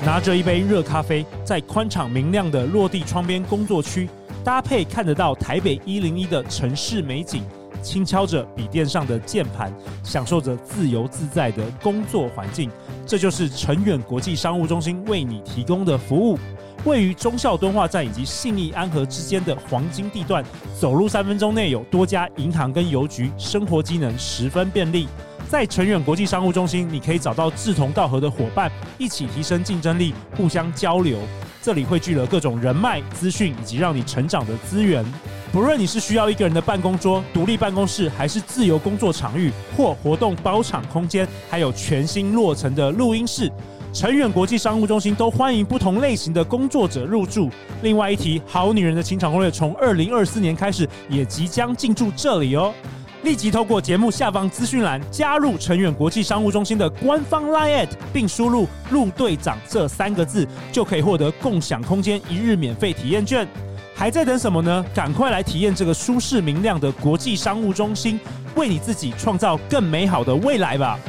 拿着一杯热咖啡，在宽敞明亮的落地窗边工作区，搭配看得到台北101的城市美景，轻敲着笔电上的键盘，享受着自由自在的工作环境。这就是成远国际商务中心为你提供的服务。位于忠孝敦化站以及信义安和之间的黄金地段，走路3分钟内有多家银行跟邮局，生活机能十分便利。在成远国际商务中心，你可以找到志同道合的伙伴，一起提升竞争力，互相交流。这里汇聚了各种人脉、资讯以及让你成长的资源。不论你是需要一个人的办公桌、独立办公室，还是自由工作场域或活动包场空间，还有全新落成的录音室，成远国际商务中心都欢迎不同类型的工作者入住。另外一提，好女人的情场攻略从2024年开始也即将进驻这里哦。立即透过节目下方资讯栏加入成远国际商务中心的官方 LINE@， 并输入陆队长这3个字，就可以获得共享空间1日免费体验券。还在等什么呢？赶快来体验这个舒适明亮的国际商务中心，为你自己创造更美好的未来吧。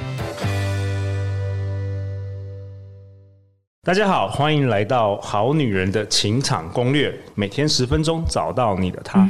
大家好，欢迎来到好女人的情场攻略，每天10分钟，找到你的他。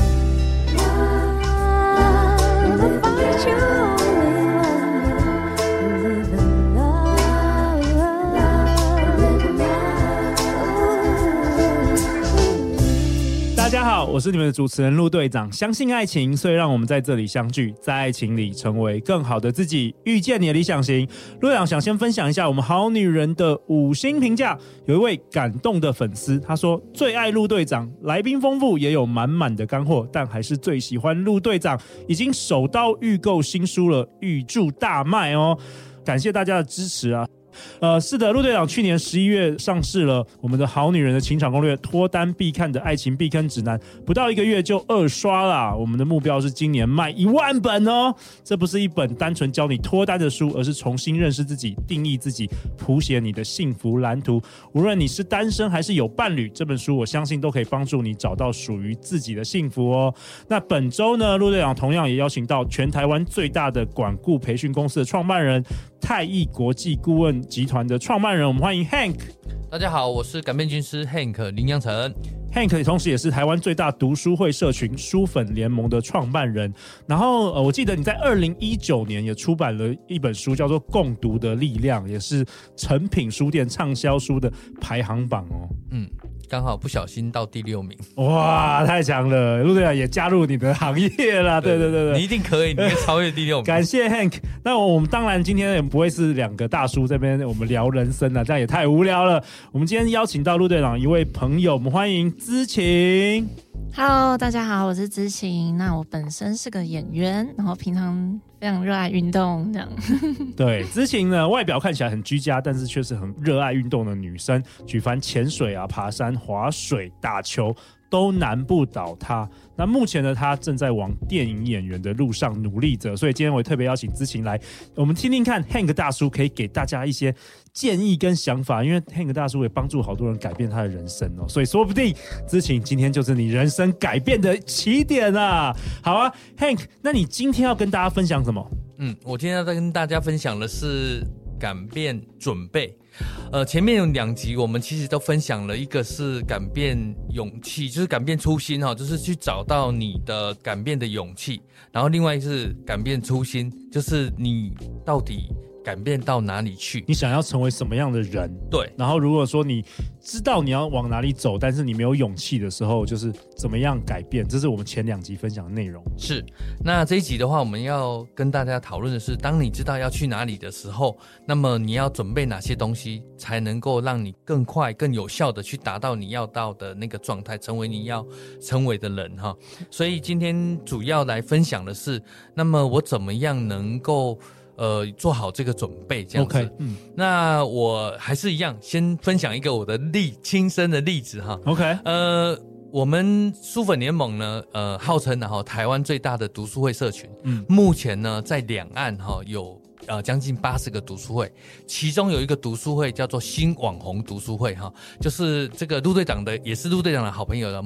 大家好，我是你们的主持人陆队长。相信爱情，所以让我们在这里相聚，在爱情里成为更好的自己，遇见你的理想型。陆队长想先分享一下我们好女人的5星评价。有一位感动的粉丝，他说最爱陆队长，来宾丰富，也有满满的干货，但还是最喜欢陆队长，已经手刀预购新书了，预祝大卖哦！感谢大家的支持啊！是的，陆队长去年11月上市了我们的好女人的情场攻略，脱单必看的爱情避坑指南，不到1个月就2刷啦。我们的目标是今年卖1万本哦。这不是一本单纯教你脱单的书，而是重新认识自己，定义自己，谱写你的幸福蓝图。无论你是单身还是有伴侣，这本书我相信都可以帮助你找到属于自己的幸福哦。那本周呢，陆队长同样也邀请到全台湾最大的管顾培训公司的创办人，泰益国际顾问集团的创办人，我们欢迎 Hank。 大家好，我是改变军师 Hank 林阳成。 Hank 同时也是台湾最大读书会社群书粉联盟的创办人。然后我记得你在2019年也出版了一本书，叫做《共读的力量》，也是诚品书店畅销书的排行榜哦。 刚好不小心到第6名。 哇，太强了！陆队长也加入你的行业了。对， 你一定可以，你可以超越第6名。 感谢 Hank。 那我们当然今天也不会是2个大叔这边我们聊人生了，这样也太无聊了。我们今天邀请到陆队长一位朋友，我们欢迎知晴。 Hello， 大家好，我是知晴。那我本身是个演员，然后平常非常热爱运动，这样。 对，知晴呢，外表看起来很居家，但是却是很热爱运动的女生。举凡潜水啊、爬山、滑水、打球，都难不倒她。那目前呢，她正在往电影演员的路上努力着。所以今天我特别邀请知晴来，我们听听看 Hank 大叔可以给大家一些建议跟想法，因为 Hank 大叔也帮助好多人改变他的人生哦，所以说不定知晴今天就是你人生改变的起点啊！好啊 ，Hank， 那你今天要跟大家分享什么？ 我今天要跟大家分享的是改变准备。前面有2集我们其实都分享了，一个是改变勇气，就是改变初心，就是去找到你的改变的勇气，然后另外是改变初心，就是你到底改变到哪里去， 你想要成为什么样的人。 对， 然后如果说你知道你要往哪里走，但是你没有勇气的时候，就是怎么样改变，这是我们前2集分享的内容。 是，那这一集的话我们要跟大家讨论的是，当你知道要去哪里的时候，那么你要准备哪些东西才能够让你更快更有效的去达到你要到的那个状态，成为你要成为的人哈。所以今天主要来分享的是，那么我怎么样能够做好这个准备这样子。 Okay， 那我还是一样，先分享一个我的亲身的例子哈。 OK， 我们书粉联盟呢，号称台湾最大的读书会社群，目前呢在两岸有将近80个读书会，其中有一个读书会叫做新网红读书会就是这个陆队长的，也是陆队长的好朋友的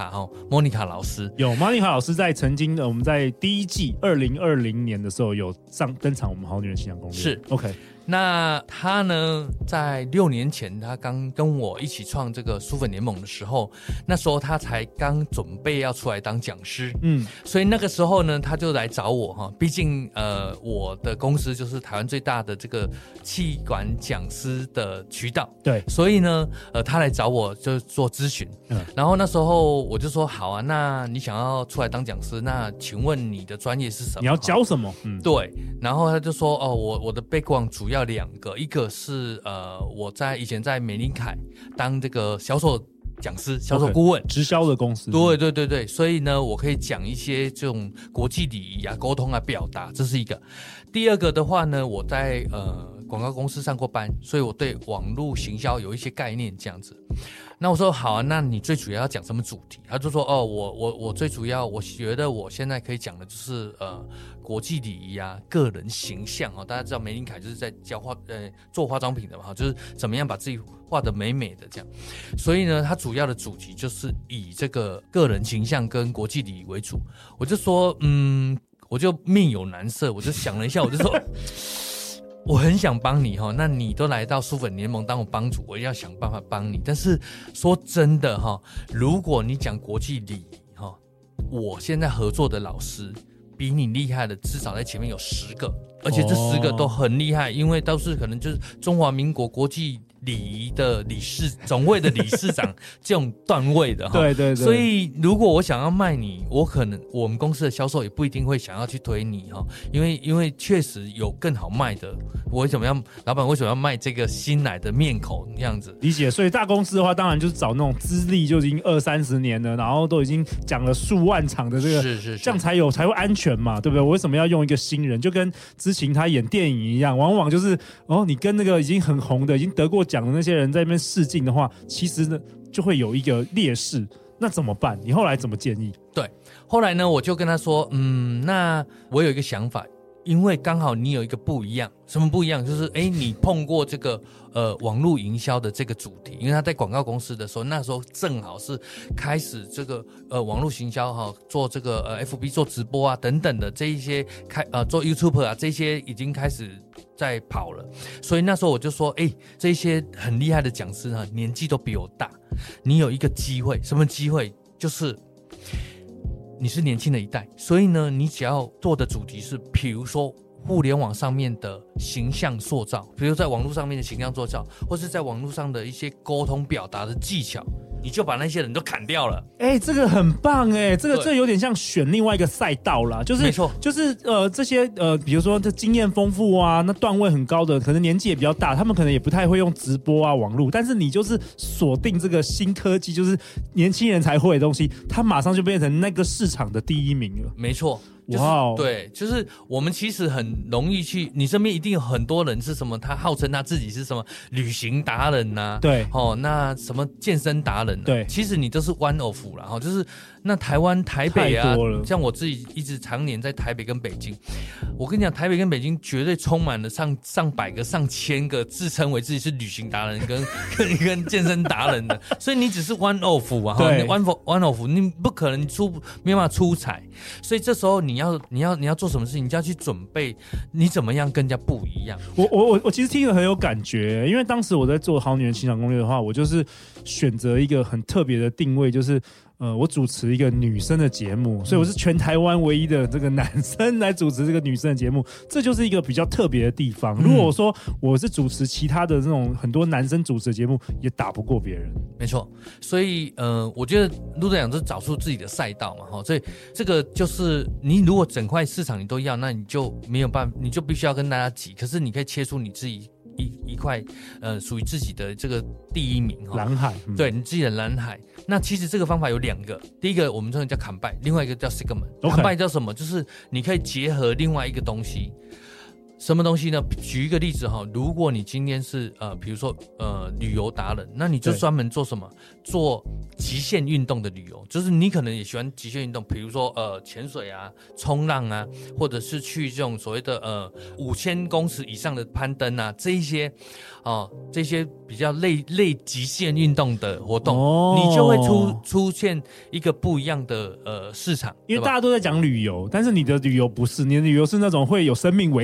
Monica 老师。 有 Monica 老师在曾经我们在第1季2020年的时候有登场我们好女人情场攻略。 是 OK， 那他呢，在6年前，他刚跟我一起创这个书粉联盟的时候，那时候他才刚准备要出来当讲师，所以那个时候呢，他就来找我哈。毕竟我的公司就是台湾最大的这个企管讲师的渠道， 对， 所以呢，他来找我就做咨询，然后那时候我就说好啊，那你想要出来当讲师，那请问你的专业是什么？ 你要教什么？ 对，然后他就说我的 background 主要2个，一个是我以前在美林凯当这个销售讲师、销售顾问， 直销的公司。 对，所以呢，我可以讲一些这种国际礼仪啊、沟通啊、表达，这是一个。第二个的话呢，我在广告公司上过班，所以我对网络行销有一些概念，这样子。那我说好啊，那你最主要要讲什么主题？他就说我最主要，我觉得我现在可以讲的就是国际礼仪啊、个人形象啊。大家知道玫琳凯就是在做化妆品的嘛，就是怎么样把自己画得美美的这样。所以呢，它主要的主题就是以这个个人形象跟国际礼仪为主。我就说我就面有难色，我就想了一下，我就说。我很想帮你哈，那你都来到书粉联盟当我帮主，我要想办法帮你。但是说真的哈，如果你讲国际礼仪哈，我现在合作的老师比你厉害的至少在前面有10个，而且这10个都很厉害，因为都是可能就是中华民国国际礼仪的总会的理事长这种段位的哈。 对。 所以如果我想要卖你，我们公司的销售也不一定会想要去推你哈，因为确实有更好卖的。老板为什么要卖这个新来的面孔这样子？ 理解。所以大公司的话，当然就是找那种资历就已经20-30年了，然后都已经讲了数万场的这个， 是这样才会安全嘛，对不对？我为什么要用一个新人？就跟知情他演电影一样，往往就是你跟那个已经很红的、已经得过奖的那些人在那边试镜的话，其实呢就会有一个劣势。那怎么办？你后来怎么建议？ 对，后来呢，我就跟他说，那我有一个想法。因为刚好你有一个不一样，什么不一样？就是你碰过这个网络营销的这个主题，因为他在广告公司的时候，那时候正好是开始这个网络行销哈，做这个FB 做直播啊等等的这一些做 YouTube 啊这些已经开始在跑了，所以那时候我就说，这些很厉害的讲师呢，年纪都比我大，你有一个机会，什么机会？就是你是年轻的一代，所以呢，你只要做的主题是，比如说互联网上面的形象塑造，比如在网络上面的形象塑造，或是在网络上的一些沟通表达的技巧，你就把那些人都砍掉了。 这个很棒这有点像选另外一个赛道啦，就是没错， 就是这些比如说这经验丰富啊，那段位很高的，可能年纪也比较大，他们可能也不太会用直播啊网络，但是你就是锁定这个新科技，就是年轻人才会的东西，他马上就变成那个市场的第1名了。 没错。对，就是我们其实很容易去，你身边一定有很多人是什么，他号称他自己是什么旅行达人呐， 对， 那什么健身达人， 对， 其实你都是 one of 啦，就是那台北啊，像我自己一直常年在台北跟北京，我跟你讲，台北跟北京绝对充满了上百个、上千个自称为自己是旅行达人跟健身达人的，所以你只是 one of 啊，one of 你不可能没办法出彩，所以这时候你要做什么事情，你就要去准备你怎么样跟人家不一样。 我其实听得很有感觉，因为当时我在做《好女人情场攻略》的话，我就是选择一个很特别的定位，就是我主持一个女生的节目，所以我是全台湾唯一的这个男生来主持这个女生的节目，这就是一个比较特别的地方。如果我说我是主持其他的这种很多男生主持的节目，也打不过别人。 没错，所以我觉得陆队长就是找出自己的赛道嘛，所以这个就是你如果整块市场你都要，那你就没有办法，你就必须要跟大家挤。可是你可以切出你自己一块属于自己的这个第1名蓝海， 对你自己的蓝海。那其实这个方法有2个，第一个我们称为叫砍败，另外一个叫 segment。砍败叫什么？就是你可以结合另外一个东西。什么东西呢？举一个例子哈，如果你今天是比如说旅游达人，那你就专门做什么？做极限运动的旅游，就是你可能也喜欢极限运动，比如说潜水啊、冲浪啊，或者是去这种所谓的5000公尺以上的攀登啊，这一些这些比较类极限运动的活动，你就会出现一个不一样的市场。 因为大家都在讲旅游，但是你的旅游不是，你的旅游是那种会有生命危险的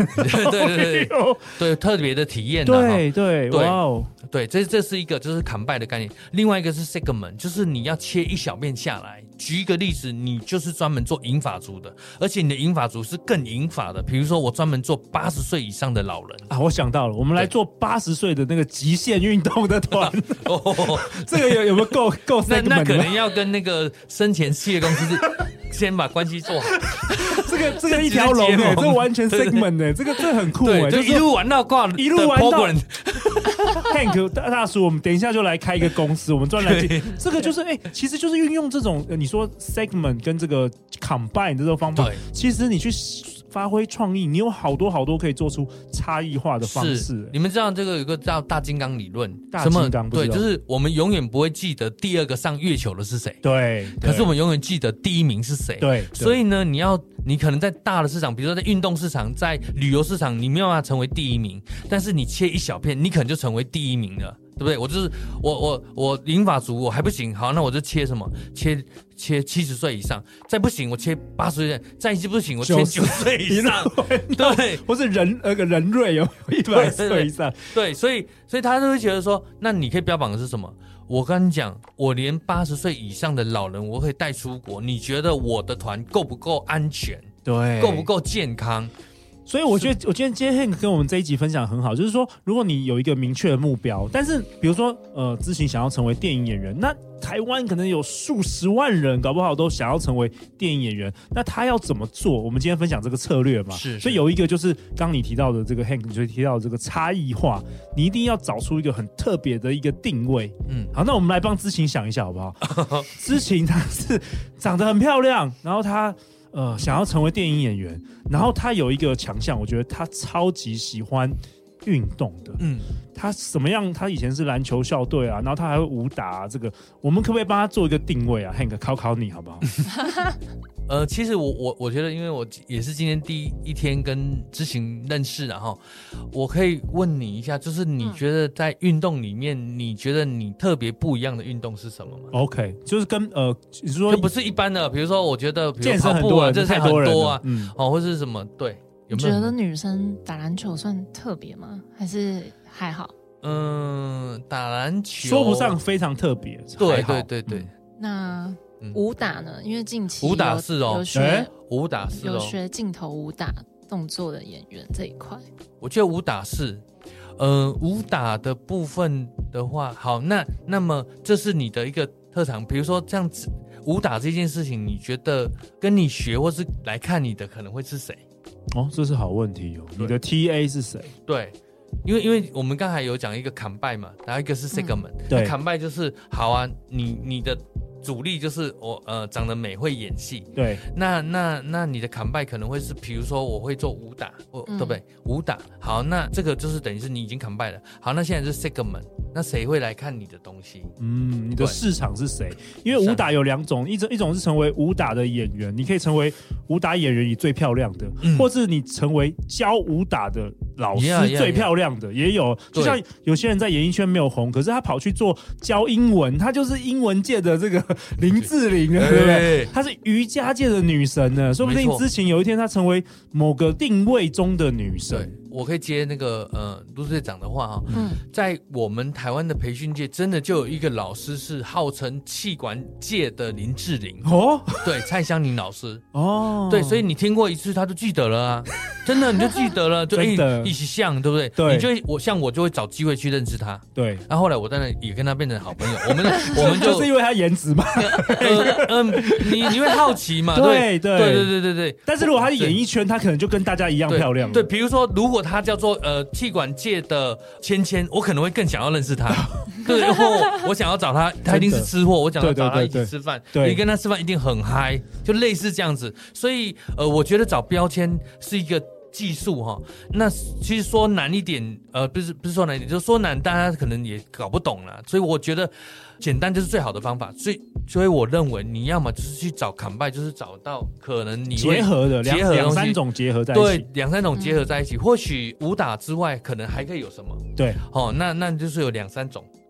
对，特别的体验。 对，哇哦， 对，这是一个就是砍拜的概念，另外一个是 segment， 就是你要切一小片下来。举一个例子，你就是专门做银发族的，而且你的银发族是更银发的，比如说我专门做80岁以上的老人啊，我想到了，我们来做80岁的那个极限运动的团。这个有没有够 segment？ 那可能要跟那个生前企业公司先把关系做好。 这个一条龙哎，这完全 segment 哎，这很酷哎， 就一路玩到挂， 一路玩到。Hank 大叔，我们等一下就来开一个公司，我们专来这个就是其实就是运用这种你说 segment 跟这个 combine 的这种方法，其实你去发挥创意，你有好多可以做出差异化的方式。 你们知道这个有个叫大金刚理论？ 大金刚对，就是我们永远不会记得第2个上月球的是谁， 对， 可是我们永远记得第1名是谁， 对。 所以呢，你可能在大的市场，比如说在运动市场、在旅游市场，你没有办法成为第1名，但是你切一小片，你可能就成为第1名了。对不对？我银发族我还不行，好，那我就切什么？切70岁以上，再不行我切80岁，再不行我切90岁以上，对， 或是人瑞有100岁以上， 对，所以他就会觉得说，那你可以标榜的是什么？我跟你讲，我连80岁以上的老人我可以带出国，你觉得我的团够不够安全？ 对， 够不够健康？ 所以我觉得，今天 Hank 跟我们这一集分享很好，就是说，如果你有一个明确的目标，但是比如说，知行想要成为电影演员，那台湾可能有数十万人，搞不好都想要成为电影演员，那他要怎么做？我们今天分享这个策略嘛，所以有一个就是刚你提到的这个 Hank， 你就提到的这个差异化，你一定要找出一个很特别的一个定位。好，那我们来帮知行想一下好不好？知行他是长得很漂亮，然后他。想要成为电影演员，然后他有一个强项，我觉得他超级喜欢运动的。他什么样？他以前是篮球校队啊，然后他还会武打啊。这个我们可不可以帮他做一个定位啊 ？Hank 考你好不好？ 其实我觉得，因为我也是今天第一天跟知行认识，然后我可以问你一下，就是你觉得在运动里面，你觉得你特别不一样的运动是什么吗 ？OK， 就是跟你说就不是一般的，比如说我觉得健身很多啊， 这太多啊，或是什么？对，有没有觉得女生打篮球算特别吗？还是还好？ 打篮球说不上非常特别， 对。 那武打呢？因为近期武打是有学武打是有学镜头武打动作的演员这一块， 我觉得武打是，武打的部分的话，好，那么这是你的一个特长，比如说这样子，武打这件事情，你觉得跟你学或是来看你的可能会是谁？ 这是好问题哦。你的 TA 是谁？ 对。因为我们刚才有讲一个砍拜嘛，然后一个是 segment， 对， 砍拜就是好啊，你的主力就是我长得美会演戏， 对， 那你的砍拜可能会是，比如说我会做武打，对不对？武打好，那这个就是等于是你已经砍拜了，好，那现在是 segment， 那谁会来看你的东西？ 你的市场是谁？因为武打有2种，一种是成为武打的演员，你可以成为武打演员里最漂亮的，或是你成为教武打的老师最漂亮的，也有。就像有些人在演艺圈没有红，可是他跑去做教英文，他就是英文界的这个林志玲，对不对？她是瑜伽界的女神呢，说不定之前有一天她成为某个定位中的女神。 我可以接那个陆队长的话在我们台湾的培训界，真的就有一个老师是号称气管界的林志玲对，蔡香凝老师对，所以你听过一次他就记得了啊，真的你就记得了，就一起像，对不对？ 对， 你就我就会找机会去认识他， 对。 然后后来我当然也跟他变成好朋友，我们就是因为他颜值嘛， 你会好奇嘛，对。 但是如果他是演艺圈，他可能就跟大家一样漂亮， 对，比如说如果他叫做气管界的芊芊，我可能会更想要认识他，对，然后我想要找他，他一定是吃货，我想要找他一起吃饭，你跟他吃饭一定很嗨，就类似这样子。所以我觉得找标签是一个技术哈，那其实说难一点，不是说难一点，就是说难，大家可能也搞不懂啦。所以我觉得简单就是最好的方法。所以我认为你要么就是去找砍拜，就是找到可能你结合的两三种结合在一起， 对，2-3种结合在一起。或许武打之外，可能还可以有什么？ 对， 那就是有2-3种。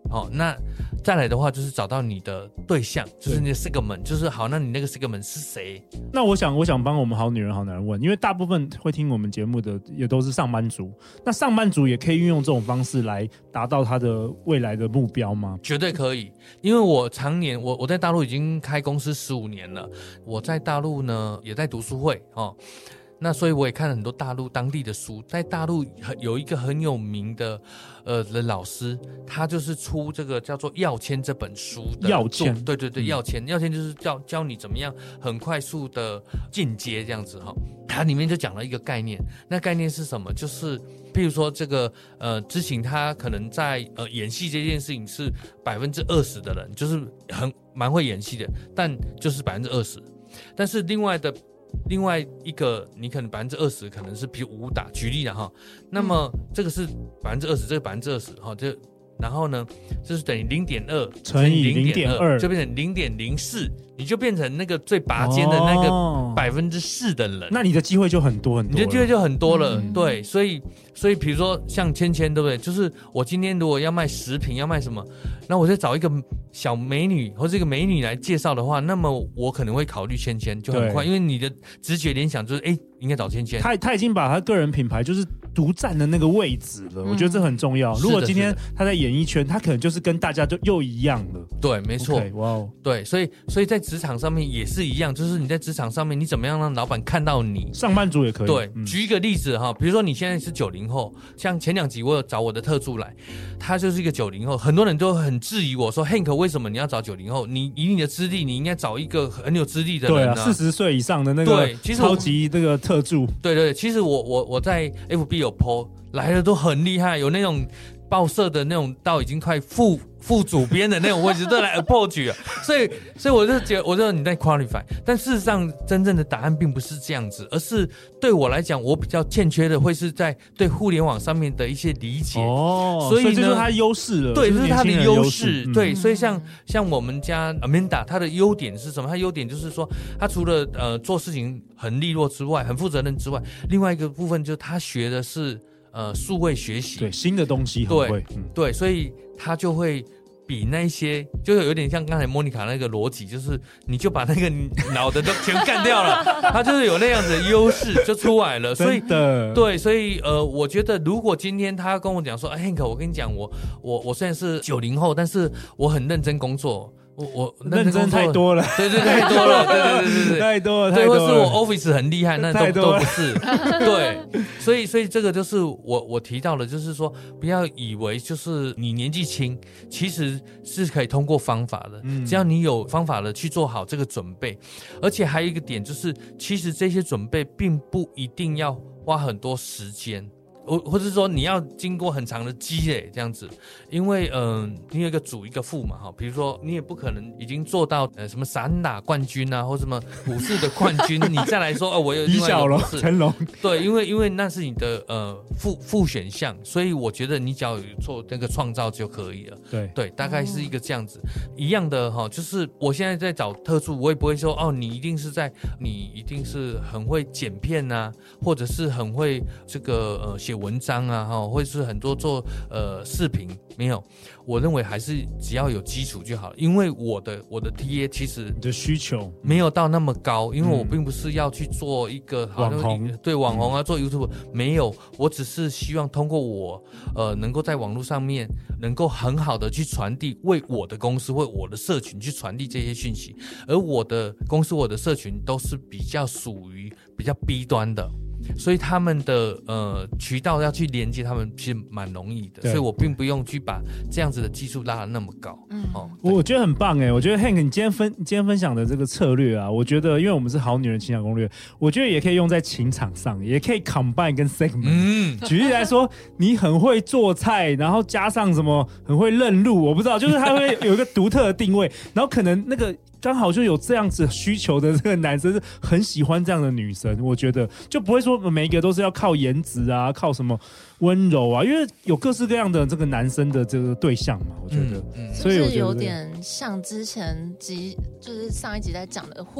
那再来的话就是找到你的对象，就是你的 segment， 就是好，那你那个 segment 是谁？ 那我想帮我们好女人好男人问，因为大部分会听我们节目的也都是上班族，那上班族也可以运用这种方式来达到他的未来的目标吗？ 绝对可以，因为我常年我在大陆已经开公司15年了，我在大陆呢也在读书会那所以我也看了很多大陆当地的书，在大陆有一个很有名的老师，他就是出这个叫做《要签》这本书的。 要签， 对对对，要签就是教你怎么样很快速的进阶这样子它里面就讲了一个概念，那概念是什么？就是譬如说这个知行他可能在演戏这件事情是20%的人，就是蛮会演戏的，但就是20%，但是另外一个你可能20%可能是比如武打，举例了那么这个是20%，这个20%然后呢，就是等于0.2 乘以0.2， 就变成0.04，你就变成那个最拔尖的那个4%的人， 那你的机会就很多很多了， 你的机会就很多了，对，所以比如说像芊芊，对不对？就是我今天如果要卖食品，要卖什么，那我再找一个小美女或者一个美女来介绍的话，那么我可能会考虑芊芊，就很快，因为你的直觉联想就是应该找芊芊。 他已经把他个人品牌就是独占的那个位置了，我觉得这很重要。如果今天他在演艺圈，他可能就是跟大家就又一样了。 对，没错。 哇， 对，所以在职场上面也是一样，就是你在职场上面，你怎么样让老板看到你？ 上班族也可以。 对，举一个例子比如说你现在是90后，像前2集我有找我的特助来，他就是一个90后，很多人都很质疑我说 Hank 为什么你要找90后？你以你的资历，你应该找一个很有资历的人对啊，40岁以上的那个超级那个特助。 对，其实我在 FB 有 po 来的都很厉害，有那种报社的那种到已经快副主编的那种位置都来 approach 了，所以我就觉得你在 qualify， 但事实上真正的答案并不是这样子，而是对我来讲，我比较欠缺的会是在对互联网上面的一些理解。 所以这就是他的优势了。 对，这是他的优势。对，所以像我们家 Amanda， 她的优点是什么？她优点就是说，她除了做事情很利落之外，很负责任之外，另外一个部分就是她学的是数位学习， 对新的东西很会， 对，所以他就会比那些，就是有点像刚才莫妮卡那个逻辑，就是你就把那个脑的都全干掉了，他就是有那样子的优势就出来了。所以对，所以我觉得如果今天他跟我讲说，Hank， 我跟你讲，我虽然是90后，但是我很认真工作。我认真太多了， 对，太多了，对， 太多了， 对，或是我 Office 很厉害，那都不是，对，所以这个就是我提到的，就是说不要以为就是你年纪轻，其实是可以通过方法的，只要你有方法的去做好这个准备，而且还有一个点就是，其实这些准备并不一定要花很多时间。或者说你要经过很长的积累这样子，因为你有一个主一个副嘛比如说你也不可能已经做到什么散打冠军啊，或什么武术的冠军，你再来说我有另外一个李小龙、成龙， 对，因为那是你的副选项，所以我觉得你只要有做那个创造就可以了。对，大概是一个这样子一样的就是我现在在找特助，我也不会说你一定是很会剪片啊，或者是很会这个写文章啊或者是很多做视频，没有，我认为还是只要有基础就好了，因为我的 TA 其实你的需求没有到那么高，因为我并不是要去做一个网红， 对网红啊，做 YouTube 没有，我只是希望通过我能够在网络上面能够很好的去传递，为我的公司为我的社群去传递这些讯息，而我的公司我的社群都是比较属于比较 B 端的，所以他们的渠道要去连接他们其实蛮容易的，所以我并不用去把这样子的技术拉得那么高。 我觉得很棒我觉得 Hank 你今天分享的这个策略啊，我觉得因为我们是好女人情感攻略，我觉得也可以用在情场上，也可以 combine 跟 segment。举例来说，你很会做菜，然后加上什么很会认路，我不知道，就是他会有一个独特的定位，然后可能那个刚好就有这样子需求的这个男生是很喜欢这样的女生，我觉得就不会说每一个都是要靠颜值啊，靠什么温柔啊，因为有各式各样的这个男生的这个对象嘛，我觉得，所以我觉得是有点像之前就是上一集在讲的互补。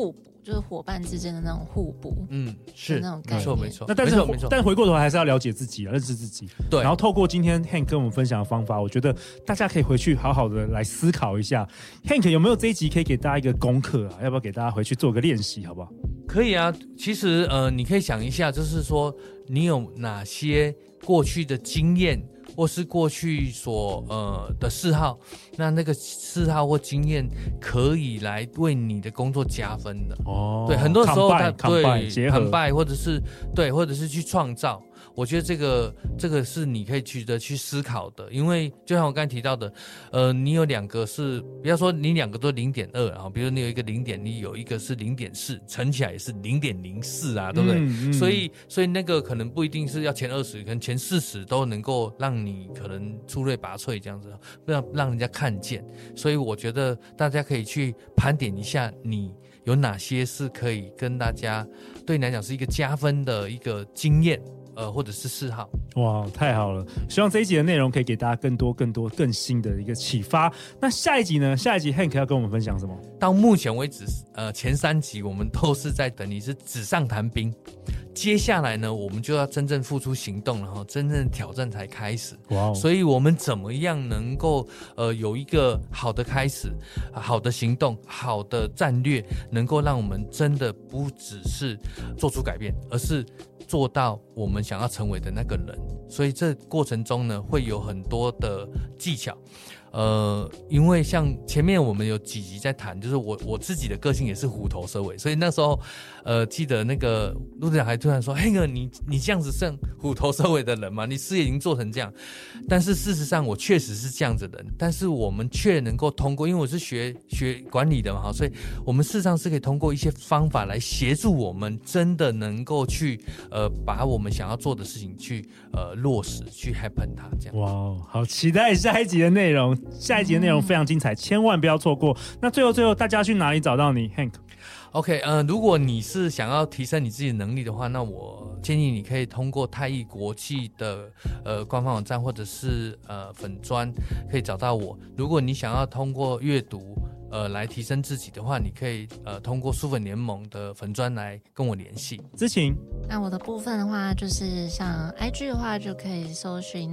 就是伙伴之间的那种互补， 是那种概念， 没错。 那但回过头还是要了解自己，认识自己。 对。 然后透过今天 Hank 跟我们分享的方法，我觉得大家可以回去好好的来思考一下。Hank 有没有这一集可以给大家一个功课啊？要不要给大家回去做个练习，好不好？ 可以啊，其实你可以想一下，就是说你有哪些过去的经验，或是过去所的嗜好，那个嗜好或经验可以来为你的工作加分的。哦，对，很多时候它对结合 ，combine或者是去创造。我觉得这个是你可以去思考的，因为就像我刚才提到的，你有2个是，不要说你2个都 0.2， 然后比如你有一个0点，你有一个是 0.4， 乘起来也是 0.04 啊，对不对？所以那个可能不一定是要前20，可能前40都能够让你可能出类拔萃这样子，让人家看见。所以我觉得大家可以去盘点一下，你有哪些是可以跟大家对你来讲是一个加分的一个经验。或者是嗜好。 哇，太好了！希望这一集的内容可以给大家更多、更新的一个启发。那下一集呢？下一集 Hank 要跟我们分享什么？ 到目前为止，前3集我们都是在等于是纸上谈兵。接下来呢，我们就要真正付出行动了，然后真正的挑战才开始。哇！所以我们怎么样能够有一个好的开始、好的行动、好的战略，能够让我们真的不只是做出改变，而是做到我们想要成为的那个人。所以这过程中呢，会有很多的技巧。因为像前面我们有几集在谈，就是我自己的个性也是虎头蛇尾，所以那时候记得那个陆队长还突然说：“嘿哥，你这样子像虎头蛇尾的人吗？你事业已经做成这样。”但是事实上我确实是这样子的人，但是我们却能够通过，因为我是学管理的嘛，所以我们事实上是可以通过一些方法来协助我们，真的能够去把我们想要做的事情去落实，去 happen 它这样。 哇，好期待下一集的内容。下一集的内容非常精彩，千万不要错过。那最后，大家去哪里找到你 ，Hank？OK， 如果你是想要提升你自己的能力的话，那我建议你可以通过太毅国际的官方网站或者是粉专可以找到我。如果你想要通过阅读来提升自己的话，你可以通过书粉联盟的粉专来跟我联系。 知情。 那我的部分的话，就是像 IG 的话，就可以搜寻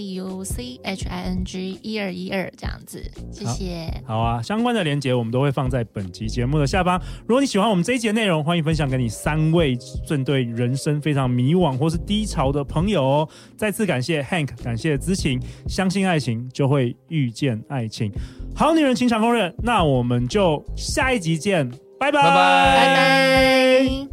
TZUCHING1212这样子。谢谢。 好啊，相关的连结我们都会放在本集节目的下方。如果你喜欢我们这一集的内容，欢迎分享给你3位正对人生非常迷惘或是低潮的朋友哦。再次感谢 Hank， 感谢知情，相信爱情就会遇见爱情。好女人情场攻略，那我们就下一集见，拜拜。 拜拜。